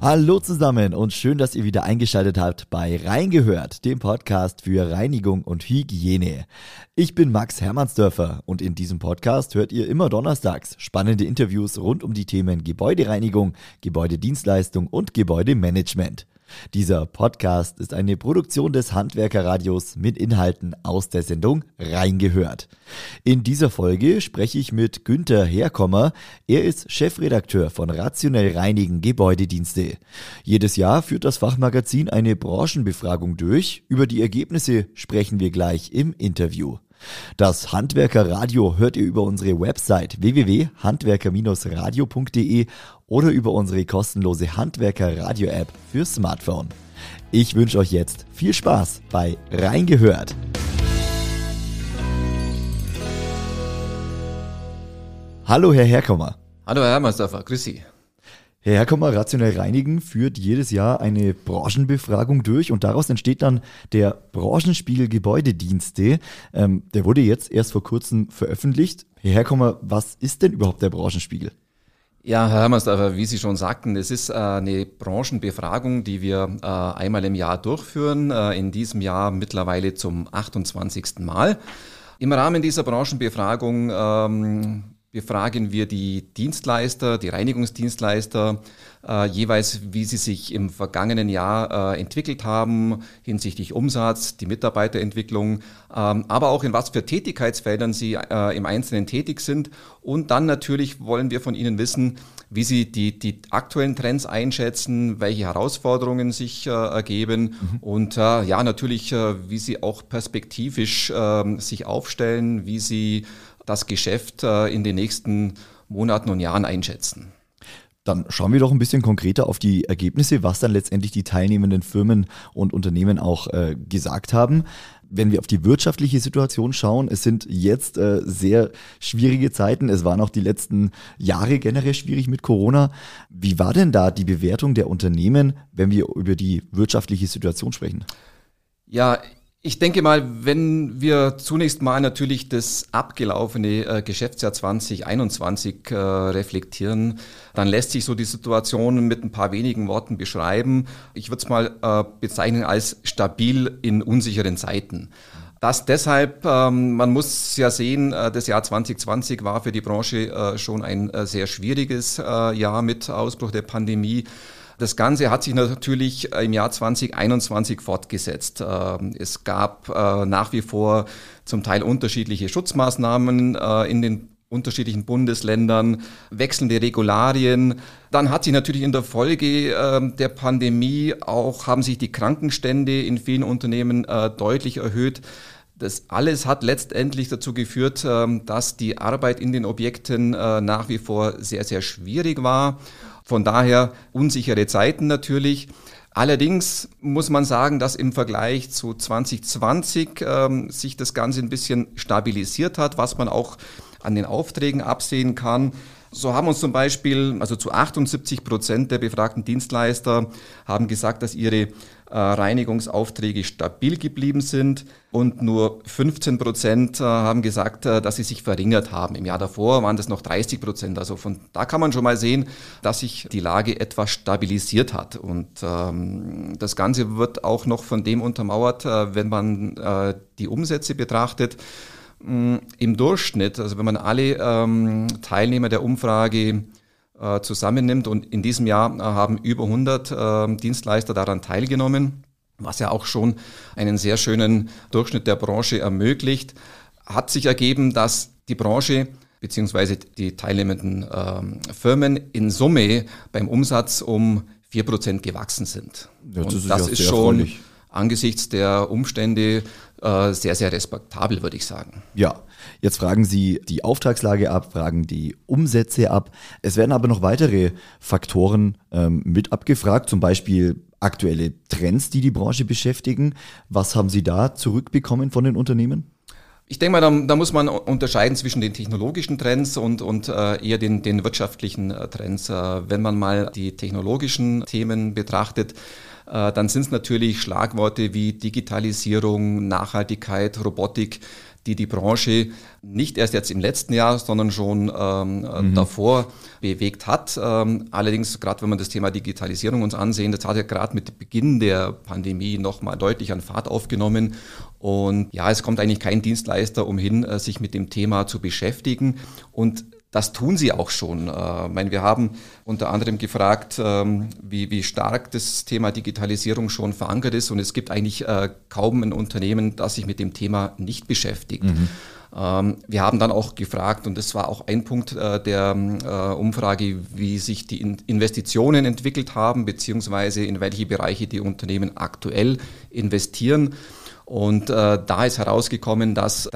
Hallo zusammen und schön, dass ihr wieder eingeschaltet habt bei Reingehört, dem Podcast für Reinigung und Hygiene. Ich bin Max Hermannsdörfer und in diesem Podcast hört ihr immer donnerstags spannende Interviews rund um die Themen Gebäudereinigung, Gebäudedienstleistung und Gebäudemanagement. Dieser Podcast ist eine Produktion des Handwerkerradios mit Inhalten aus der Sendung Reingehört. In dieser Folge spreche ich mit Günther Herkommer. Er ist Chefredakteur von Rationell Reinigen Gebäudedienste. Jedes Jahr führt das Fachmagazin eine Branchenbefragung durch. Über die Ergebnisse sprechen wir gleich im Interview. Das Handwerkerradio hört ihr über unsere Website www.handwerker-radio.de oder über unsere kostenlose Handwerker-Radio-App für Smartphone. Ich wünsche euch jetzt viel Spaß bei Reingehört. Hallo Herr Herkommer. Hallo Herr Hermannsdörfer, grüß Sie. Herr Herkommer, Rationell Reinigen führt jedes Jahr eine Branchenbefragung durch und daraus entsteht dann der Branchenspiegel Gebäudedienste. Der wurde jetzt erst vor kurzem veröffentlicht. Herr Herkommer, was ist denn überhaupt der Branchenspiegel? Ja, Herr Hermannsdörfer, wie Sie schon sagten, es ist eine Branchenbefragung, die wir einmal im Jahr durchführen, in diesem Jahr mittlerweile zum 28. Mal. Im Rahmen dieser Branchenbefragung befragen wir die Dienstleister, die Reinigungsdienstleister, jeweils wie sie sich im vergangenen Jahr entwickelt haben hinsichtlich Umsatz, die Mitarbeiterentwicklung, aber auch in was für Tätigkeitsfeldern sie im Einzelnen tätig sind. Und dann natürlich wollen wir von ihnen wissen, wie sie die aktuellen Trends einschätzen, welche Herausforderungen sich ergeben und ja natürlich, wie sie auch perspektivisch sich aufstellen, wie sie das Geschäft in den nächsten Monaten und Jahren einschätzen. Dann schauen wir doch ein bisschen konkreter auf die Ergebnisse, was dann letztendlich die teilnehmenden Firmen und Unternehmen auch gesagt haben. Wenn wir auf die wirtschaftliche Situation schauen, es sind jetzt sehr schwierige Zeiten. Es waren auch die letzten Jahre generell schwierig mit Corona. Wie war denn da die Bewertung der Unternehmen, wenn wir über die wirtschaftliche Situation sprechen? Ja, ich denke mal, wenn wir zunächst mal natürlich das abgelaufene Geschäftsjahr 2021 reflektieren, dann lässt sich so die Situation mit ein paar wenigen Worten beschreiben. Ich würde es mal bezeichnen als stabil in unsicheren Zeiten. Das deshalb, man muss ja sehen, das Jahr 2020 war für die Branche schon ein sehr schwieriges Jahr mit Ausbruch der Pandemie. Das Ganze hat sich natürlich im Jahr 2021 fortgesetzt. Es gab nach wie vor zum Teil unterschiedliche Schutzmaßnahmen in den unterschiedlichen Bundesländern, wechselnde Regularien. Dann hat sich natürlich in der Folge der Pandemie haben sich die Krankenstände in vielen Unternehmen deutlich erhöht. Das alles hat letztendlich dazu geführt, dass die Arbeit in den Objekten nach wie vor sehr, sehr schwierig war. Von daher unsichere Zeiten natürlich. Allerdings muss man sagen, dass im Vergleich zu 2020 sich das Ganze ein bisschen stabilisiert hat, was man auch an den Aufträgen absehen kann. So haben uns zum Beispiel, also zu 78% der befragten Dienstleister haben gesagt, dass ihre Reinigungsaufträge stabil geblieben sind und nur 15% haben gesagt, dass sie sich verringert haben. Im Jahr davor waren das noch 30%. Also von da kann man schon mal sehen, dass sich die Lage etwas stabilisiert hat. Und das Ganze wird auch noch von dem untermauert, wenn man die Umsätze betrachtet. Im Durchschnitt, also wenn man alle Teilnehmer der Umfrage zusammennimmt und in diesem Jahr haben über 100 Dienstleister daran teilgenommen, was ja auch schon einen sehr schönen Durchschnitt der Branche ermöglicht, hat sich ergeben, dass die Branche bzw. die teilnehmenden Firmen in Summe beim Umsatz um 4% gewachsen sind. Ja, das ist schon erfreulich. Angesichts der Umstände sehr, sehr respektabel, würde ich sagen. Ja, jetzt fragen Sie die Auftragslage ab, fragen die Umsätze ab. Es werden aber noch weitere Faktoren mit abgefragt, zum Beispiel aktuelle Trends, die die Branche beschäftigen. Was haben Sie da zurückbekommen von den Unternehmen? Ich denke mal, da muss man unterscheiden zwischen den technologischen Trends und eher den wirtschaftlichen Trends. Wenn man mal die technologischen Themen betrachtet, dann sind es natürlich Schlagworte wie Digitalisierung, Nachhaltigkeit, Robotik, die Branche nicht erst jetzt im letzten Jahr, sondern schon davor bewegt hat. Allerdings, gerade wenn man das Thema Digitalisierung uns ansehen, das hat ja gerade mit Beginn der Pandemie nochmal deutlich an Fahrt aufgenommen. Und ja, es kommt eigentlich kein Dienstleister umhin, sich mit dem Thema zu beschäftigen. Und das tun sie auch schon. Ich meine, wir haben unter anderem gefragt, wie stark das Thema Digitalisierung schon verankert ist. Und es gibt eigentlich kaum ein Unternehmen, das sich mit dem Thema nicht beschäftigt. Wir haben dann auch gefragt, und das war auch ein Punkt der Umfrage, wie sich die Investitionen entwickelt haben, beziehungsweise in welche Bereiche die Unternehmen aktuell investieren. Und da ist herausgekommen, dass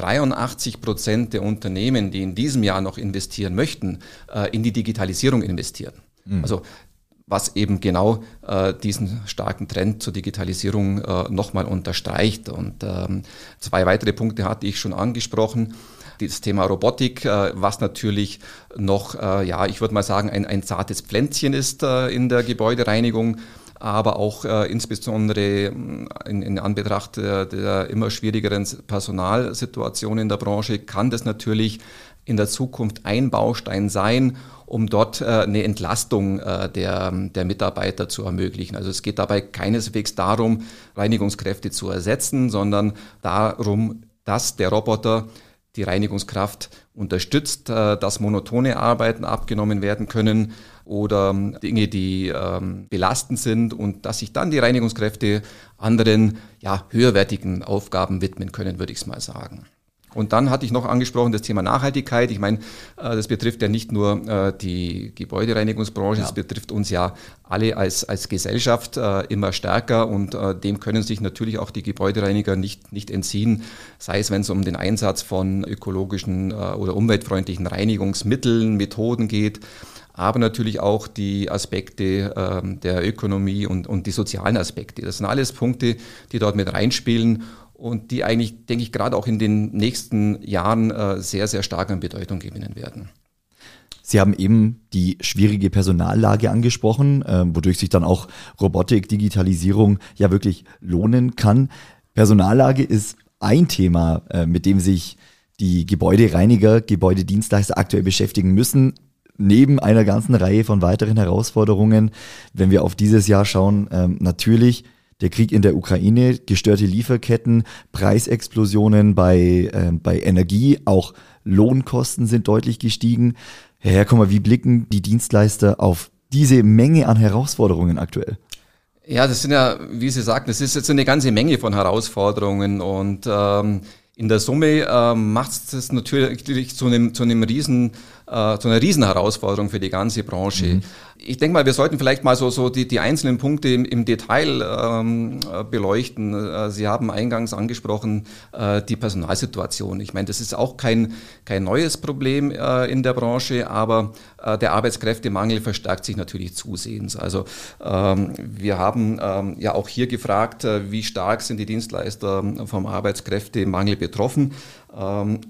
83% der Unternehmen, die in diesem Jahr noch investieren möchten, in die Digitalisierung investieren. Also was eben genau diesen starken Trend zur Digitalisierung nochmal unterstreicht. Und zwei weitere Punkte hatte ich schon angesprochen. Das Thema Robotik, was natürlich noch, ich würde mal sagen, ein zartes Pflänzchen ist in der Gebäudereinigung, aber auch insbesondere in Anbetracht der immer schwierigeren Personalsituation in der Branche kann das natürlich in der Zukunft ein Baustein sein, um dort eine Entlastung der Mitarbeiter zu ermöglichen. Also es geht dabei keineswegs darum, Reinigungskräfte zu ersetzen, sondern darum, dass der Roboter die Reinigungskraft unterstützt, dass monotone Arbeiten abgenommen werden können oder Dinge, die belastend sind und dass sich dann die Reinigungskräfte anderen, höherwertigen Aufgaben widmen können, würde ich es mal sagen. Und dann hatte ich noch angesprochen das Thema Nachhaltigkeit. Ich meine, das betrifft ja nicht nur die Gebäudereinigungsbranche, das betrifft uns ja alle als Gesellschaft immer stärker und dem können sich natürlich auch die Gebäudereiniger nicht entziehen, sei es, wenn es um den Einsatz von ökologischen oder umweltfreundlichen Reinigungsmitteln, Methoden geht, aber natürlich auch die Aspekte der Ökonomie und die sozialen Aspekte. Das sind alles Punkte, die dort mit reinspielen und die eigentlich, denke ich, gerade auch in den nächsten Jahren sehr, sehr stark an Bedeutung gewinnen werden. Sie haben eben die schwierige Personallage angesprochen, wodurch sich dann auch Robotik, Digitalisierung ja wirklich lohnen kann. Personallage ist ein Thema, mit dem sich die Gebäudereiniger, Gebäudedienstleister aktuell beschäftigen müssen. Neben einer ganzen Reihe von weiteren Herausforderungen, wenn wir auf dieses Jahr schauen, natürlich der Krieg in der Ukraine, gestörte Lieferketten, Preisexplosionen bei Energie, auch Lohnkosten sind deutlich gestiegen. Herr Herkommer, wie blicken die Dienstleister auf diese Menge an Herausforderungen aktuell? Ja, das sind ja, wie Sie sagten, das ist jetzt eine ganze Menge von Herausforderungen und in der Summe macht es natürlich zu einer Riesenherausforderung für die ganze Branche. Ich denke mal, wir sollten vielleicht mal so die einzelnen Punkte im Detail beleuchten. Sie haben eingangs angesprochen, die Personalsituation. Ich meine, das ist auch kein neues Problem in der Branche, aber der Arbeitskräftemangel verstärkt sich natürlich zusehends. Also wir haben ja auch hier gefragt, wie stark sind die Dienstleister vom Arbeitskräftemangel betroffen. Rund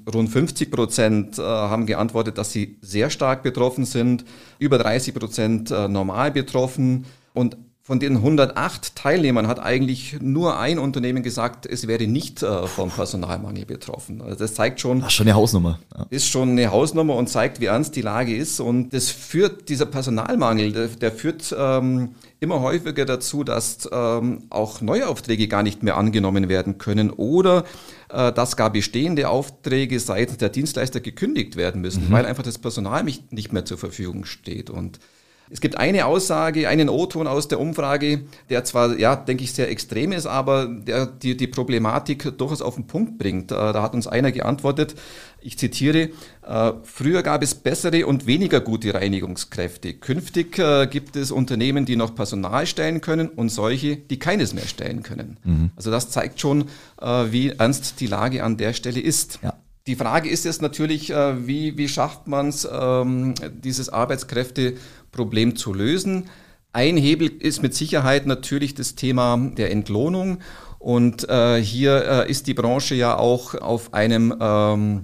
50% haben geantwortet, dass sie sehr stark betroffen sind, über 30% normal betroffen und von den 108 Teilnehmern hat eigentlich nur ein Unternehmen gesagt, es wäre nicht vom Personalmangel betroffen. Also das zeigt schon, das ist schon eine Hausnummer. Ja. Ist schon eine Hausnummer und zeigt, wie ernst die Lage ist. Und dieser Personalmangel, der führt immer häufiger dazu, dass auch neue Aufträge gar nicht mehr angenommen werden können oder dass gar bestehende Aufträge seitens der Dienstleister gekündigt werden müssen, weil einfach das Personal nicht mehr zur Verfügung steht. Und es gibt eine Aussage, einen O-Ton aus der Umfrage, der zwar, denke ich, sehr extrem ist, aber der die Problematik durchaus auf den Punkt bringt. Da hat uns einer geantwortet, ich zitiere, früher gab es bessere und weniger gute Reinigungskräfte. Künftig gibt es Unternehmen, die noch Personal stellen können und solche, die keines mehr stellen können. Also das zeigt schon, wie ernst die Lage an der Stelle ist. Ja. Die Frage ist jetzt natürlich, wie schafft man es, dieses Arbeitskräfteproblem zu lösen? Ein Hebel ist mit Sicherheit natürlich das Thema der Entlohnung. Und hier ist die Branche ja auch auf einem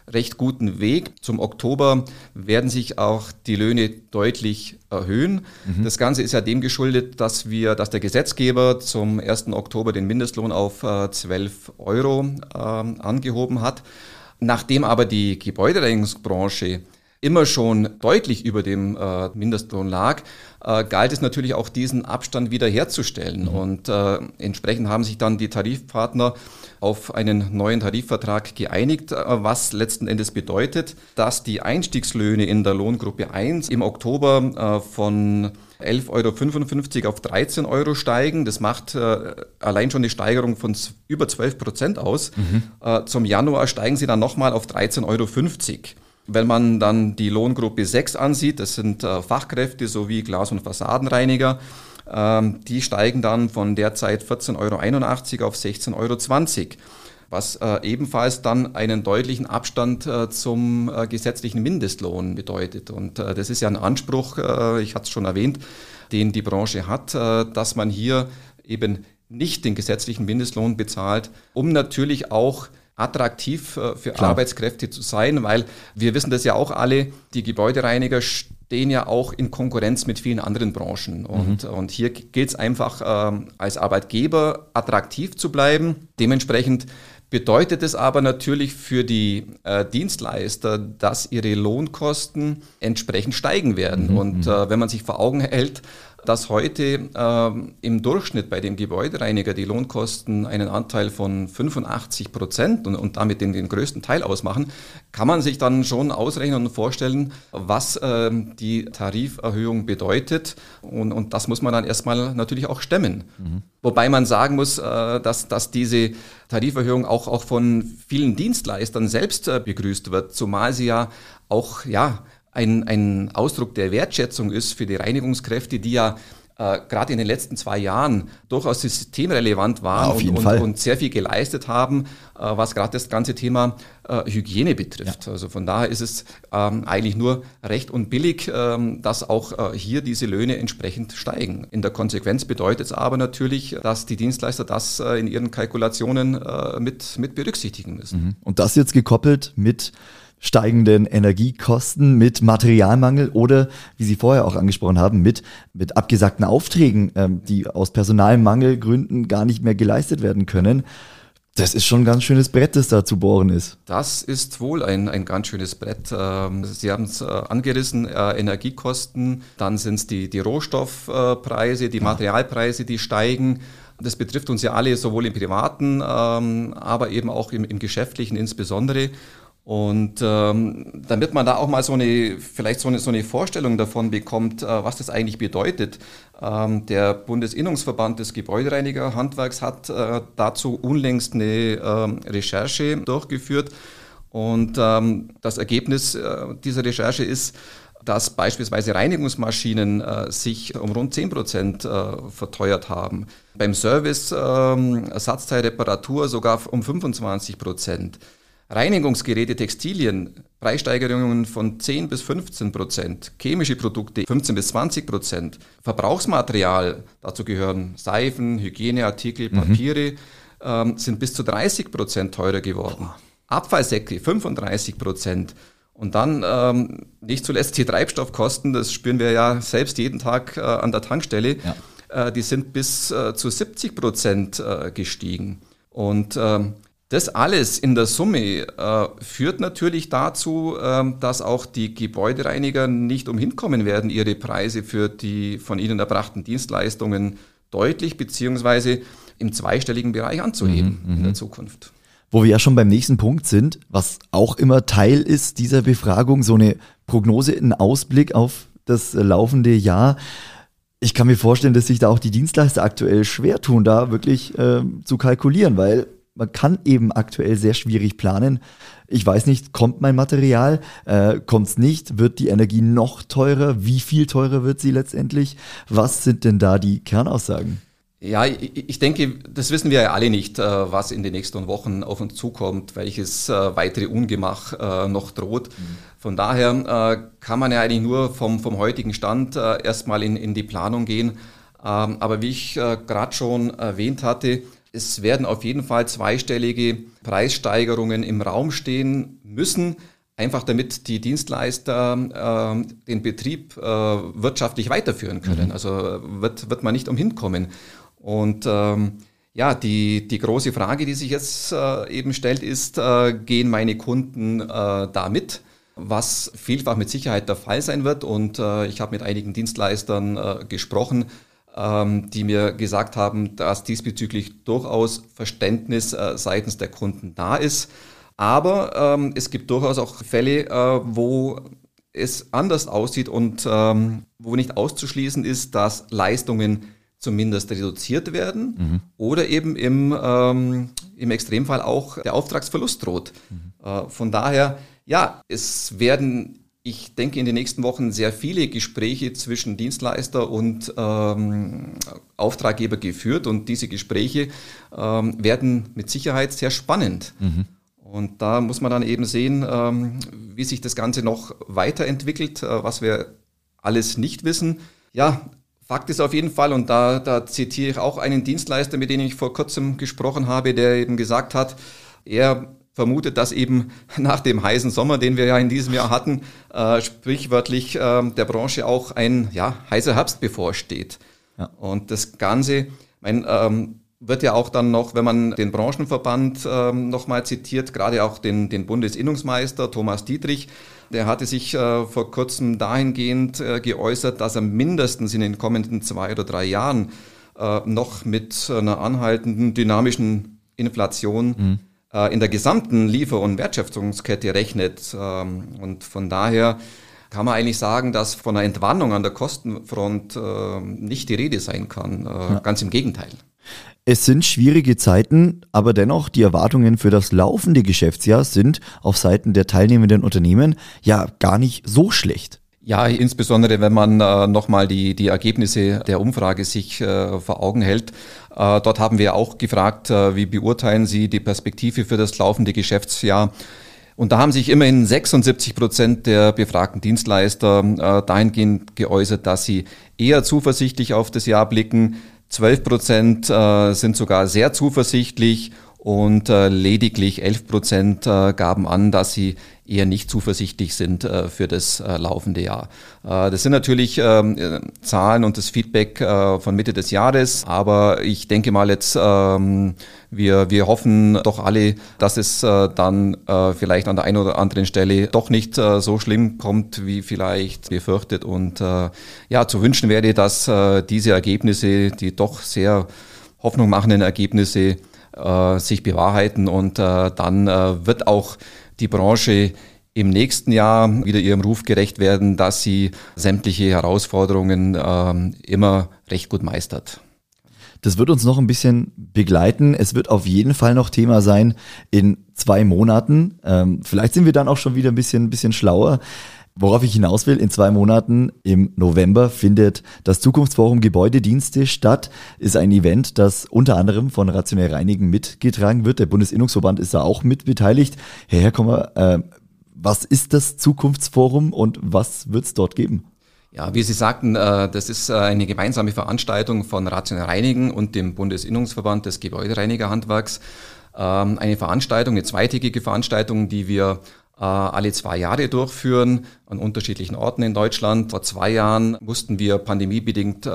recht guten Weg. Zum Oktober werden sich auch die Löhne deutlich erhöhen. Das Ganze ist ja dem geschuldet, dass der Gesetzgeber zum 1. Oktober den Mindestlohn auf 12 Euro angehoben hat. Nachdem aber die Gebäudereinigungsbranche immer schon deutlich über dem Mindestlohn lag, galt es natürlich auch, diesen Abstand wiederherzustellen. Und entsprechend haben sich dann die Tarifpartner auf einen neuen Tarifvertrag geeinigt, was letzten Endes bedeutet, dass die Einstiegslöhne in der Lohngruppe 1 im Oktober von 11,55 € auf 13 Euro steigen. Das macht allein schon eine Steigerung von über 12% aus. Zum Januar steigen sie dann nochmal auf 13,50 €. Wenn man dann die Lohngruppe 6 ansieht, das sind Fachkräfte sowie Glas- und Fassadenreiniger, die steigen dann von derzeit 14,81 € auf 16,20 €, was ebenfalls dann einen deutlichen Abstand zum gesetzlichen Mindestlohn bedeutet. Und das ist ja ein Anspruch, ich hatte es schon erwähnt, den die Branche hat, dass man hier eben nicht den gesetzlichen Mindestlohn bezahlt, um natürlich auch attraktiv für Arbeitskräfte zu sein, weil wir wissen das ja auch alle, die Gebäudereiniger stehen ja auch in Konkurrenz mit vielen anderen Branchen. Und hier gilt es einfach als Arbeitgeber attraktiv zu bleiben. Dementsprechend bedeutet es aber natürlich für die Dienstleister, dass ihre Lohnkosten entsprechend steigen werden. Und wenn man sich vor Augen hält, dass heute im Durchschnitt bei dem Gebäudereiniger die Lohnkosten einen Anteil von 85% und damit den größten Teil ausmachen, kann man sich dann schon ausrechnen und vorstellen, was die Tariferhöhung bedeutet. Und das muss man dann erstmal natürlich auch stemmen. Wobei man sagen muss, dass diese Tariferhöhung auch von vielen Dienstleistern selbst begrüßt wird, zumal sie ja auch ein Ausdruck der Wertschätzung ist für die Reinigungskräfte, die ja gerade in den letzten 2 Jahren durchaus systemrelevant waren und sehr viel geleistet haben, was gerade das ganze Thema Hygiene betrifft. Ja. Also von daher ist es eigentlich nur recht und billig, dass auch hier diese Löhne entsprechend steigen. In der Konsequenz bedeutet es aber natürlich, dass die Dienstleister das in ihren Kalkulationen mit berücksichtigen müssen. Und das jetzt gekoppelt mit steigenden Energiekosten, mit Materialmangel oder, wie Sie vorher auch angesprochen haben, mit abgesagten Aufträgen, die aus Personalmangelgründen gar nicht mehr geleistet werden können. Das ist schon ein ganz schönes Brett, das da zu bohren ist. Das ist wohl ein ganz schönes Brett. Sie haben es angerissen, Energiekosten, dann sind es die Rohstoffpreise, die Materialpreise, die steigen. Das betrifft uns ja alle, sowohl im Privaten, aber eben auch im Geschäftlichen insbesondere. Und damit man da auch mal vielleicht so eine Vorstellung davon bekommt, was das eigentlich bedeutet. Der Bundesinnungsverband des Gebäudereinigerhandwerks hat dazu unlängst eine Recherche durchgeführt. Und das Ergebnis dieser Recherche ist, dass beispielsweise Reinigungsmaschinen sich um rund 10% verteuert haben. Beim Service, Ersatzteil, Reparatur sogar um 25%. Reinigungsgeräte, Textilien, Preissteigerungen von 10 bis 15%, chemische Produkte 15 bis 20%, Verbrauchsmaterial, dazu gehören Seifen, Hygieneartikel, Papiere, sind bis zu 30% teurer geworden. Abfallsäcke 35%. Und dann nicht zuletzt die Treibstoffkosten, das spüren wir ja selbst jeden Tag an der Tankstelle, die sind bis zu 70% gestiegen. Und das alles in der Summe führt natürlich dazu, dass auch die Gebäudereiniger nicht umhin kommen werden, ihre Preise für die von ihnen erbrachten Dienstleistungen deutlich bzw. im zweistelligen Bereich anzuheben in der Zukunft. Wo wir ja schon beim nächsten Punkt sind, was auch immer Teil ist dieser Befragung, so eine Prognose, ein Ausblick auf das laufende Jahr. Ich kann mir vorstellen, dass sich da auch die Dienstleister aktuell schwer tun, da wirklich zu kalkulieren, weil man kann eben aktuell sehr schwierig planen. Ich weiß nicht, kommt mein Material, kommt es nicht, wird die Energie noch teurer, wie viel teurer wird sie letztendlich? Was sind denn da die Kernaussagen? Ja, ich denke, das wissen wir ja alle nicht, was in den nächsten Wochen auf uns zukommt, welches weitere Ungemach noch droht. Von daher kann man ja eigentlich nur vom heutigen Stand erstmal in die Planung gehen. Aber wie ich gerade schon erwähnt hatte, es werden auf jeden Fall zweistellige Preissteigerungen im Raum stehen müssen, einfach damit die Dienstleister den Betrieb wirtschaftlich weiterführen können. Also wird man nicht umhin kommen. Und die große Frage, die sich jetzt eben stellt, ist, gehen meine Kunden da mit? Was vielfach mit Sicherheit der Fall sein wird. Und ich habe mit einigen Dienstleistern gesprochen, die mir gesagt haben, dass diesbezüglich durchaus Verständnis seitens der Kunden da ist. Aber es gibt durchaus auch Fälle, wo es anders aussieht und wo nicht auszuschließen ist, dass Leistungen zumindest reduziert werden oder eben im Extremfall auch der Auftragsverlust droht. Von daher, es werden, ich denke, in den nächsten Wochen sehr viele Gespräche zwischen Dienstleister und Auftraggeber geführt und diese Gespräche werden mit Sicherheit sehr spannend. Und da muss man dann eben sehen, wie sich das Ganze noch weiterentwickelt, was wir alles nicht wissen. Ja, Fakt ist auf jeden Fall, und da zitiere ich auch einen Dienstleister, mit dem ich vor kurzem gesprochen habe, der eben gesagt hat, er vermutet, dass eben nach dem heißen Sommer, den wir ja in diesem Jahr hatten, sprichwörtlich der Branche auch ein heißer Herbst bevorsteht. Ja. Und das Ganze, wird ja auch dann noch, wenn man den Branchenverband nochmal zitiert, gerade auch den Bundesinnungsmeister Thomas Dietrich, der hatte sich vor kurzem dahingehend geäußert, dass er mindestens in den kommenden 2 oder 3 Jahren noch mit einer anhaltenden dynamischen Inflation in der gesamten Liefer- und Wertschöpfungskette rechnet. Und von daher kann man eigentlich sagen, dass von einer Entwarnung an der Kostenfront nicht die Rede sein kann. Ganz im Gegenteil. Es sind schwierige Zeiten, aber dennoch die Erwartungen für das laufende Geschäftsjahr sind auf Seiten der teilnehmenden Unternehmen ja gar nicht so schlecht. Ja, insbesondere wenn man nochmal die Ergebnisse der Umfrage sich vor Augen hält. Dort haben wir auch gefragt, wie beurteilen Sie die Perspektive für das laufende Geschäftsjahr? Und da haben sich immerhin 76% der befragten Dienstleister dahingehend geäußert, dass sie eher zuversichtlich auf das Jahr blicken. 12% sind sogar sehr zuversichtlich und lediglich 11% gaben an, dass sie eher nicht zuversichtlich sind für das laufende Jahr. Das sind natürlich Zahlen und das Feedback von Mitte des Jahres, aber ich denke mal jetzt, wir hoffen doch alle, dass es dann vielleicht an der einen oder anderen Stelle doch nicht so schlimm kommt, wie vielleicht befürchtet, und zu wünschen wäre, dass diese Ergebnisse, die doch sehr Hoffnung machenden Ergebnisse, sich bewahrheiten, und dann wird auch die Branche im nächsten Jahr wieder ihrem Ruf gerecht werden, dass sie sämtliche Herausforderungen immer recht gut meistert. Das wird uns noch ein bisschen begleiten. Es wird auf jeden Fall noch Thema sein in 2 Monaten. Vielleicht sind wir dann auch schon wieder ein bisschen schlauer. Worauf ich hinaus will, in 2 Monaten im November findet das Zukunftsforum Gebäudedienste statt. Ist ein Event, das unter anderem von Rationell Reinigen mitgetragen wird. Der Bundesinnungsverband ist da auch mit beteiligt. Herr Herkommer, was ist das Zukunftsforum und was wird es dort geben? Ja, wie Sie sagten, das ist eine gemeinsame Veranstaltung von Rationell Reinigen und dem Bundesinnungsverband des Gebäudereinigerhandwerks. Eine Veranstaltung, eine zweitägige Veranstaltung, die wir alle 2 Jahre durchführen, an unterschiedlichen Orten in Deutschland. Vor 2 Jahren mussten wir pandemiebedingt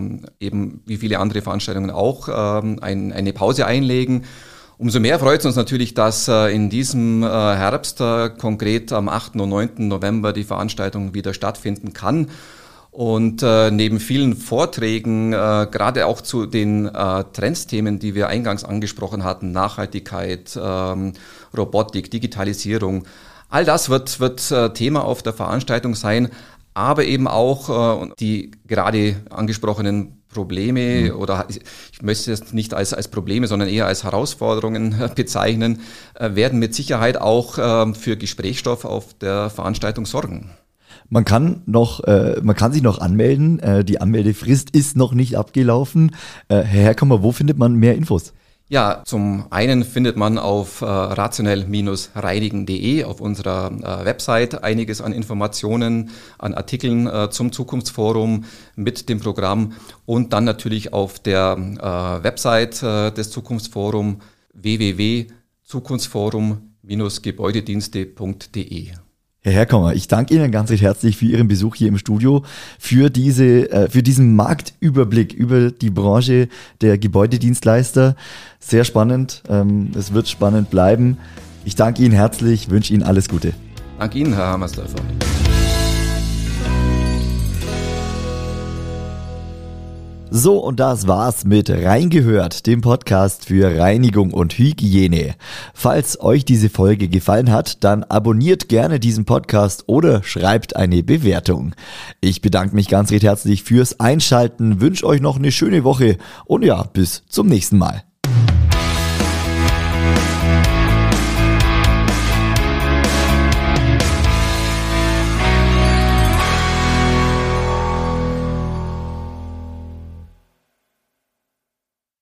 eben wie viele andere Veranstaltungen auch eine Pause einlegen. Umso mehr freut es uns natürlich, dass in diesem Herbst, konkret am 8. und 9. November, die Veranstaltung wieder stattfinden kann. Und neben vielen Vorträgen, gerade auch zu den Trendsthemen, die wir eingangs angesprochen hatten, Nachhaltigkeit, Robotik, Digitalisierung, all das wird Thema auf der Veranstaltung sein, aber eben auch die gerade angesprochenen Probleme, oder ich möchte es nicht als Probleme, sondern eher als Herausforderungen bezeichnen, werden mit Sicherheit auch für Gesprächsstoff auf der Veranstaltung sorgen. Man kann sich noch anmelden. Die Anmeldefrist ist noch nicht abgelaufen. Herr Herkommer, wo findet man mehr Infos? Ja, zum einen findet man auf rationell-reinigen.de auf unserer Website einiges an Informationen, an Artikeln zum Zukunftsforum mit dem Programm und dann natürlich auf der Website des Zukunftsforums www.zukunftsforum-gebäudedienste.de. Herr Herkommer, ich danke Ihnen ganz recht herzlich für Ihren Besuch hier im Studio, für diesen Marktüberblick über die Branche der Gebäudedienstleister. Sehr spannend, es wird spannend bleiben. Ich danke Ihnen herzlich, wünsche Ihnen alles Gute. Danke Ihnen, Herr Hammersdörfer. So, und das war's mit Reingehört, dem Podcast für Reinigung und Hygiene. Falls euch diese Folge gefallen hat, dann abonniert gerne diesen Podcast oder schreibt eine Bewertung. Ich bedanke mich ganz recht herzlich fürs Einschalten, wünsche euch noch eine schöne Woche und ja, bis zum nächsten Mal.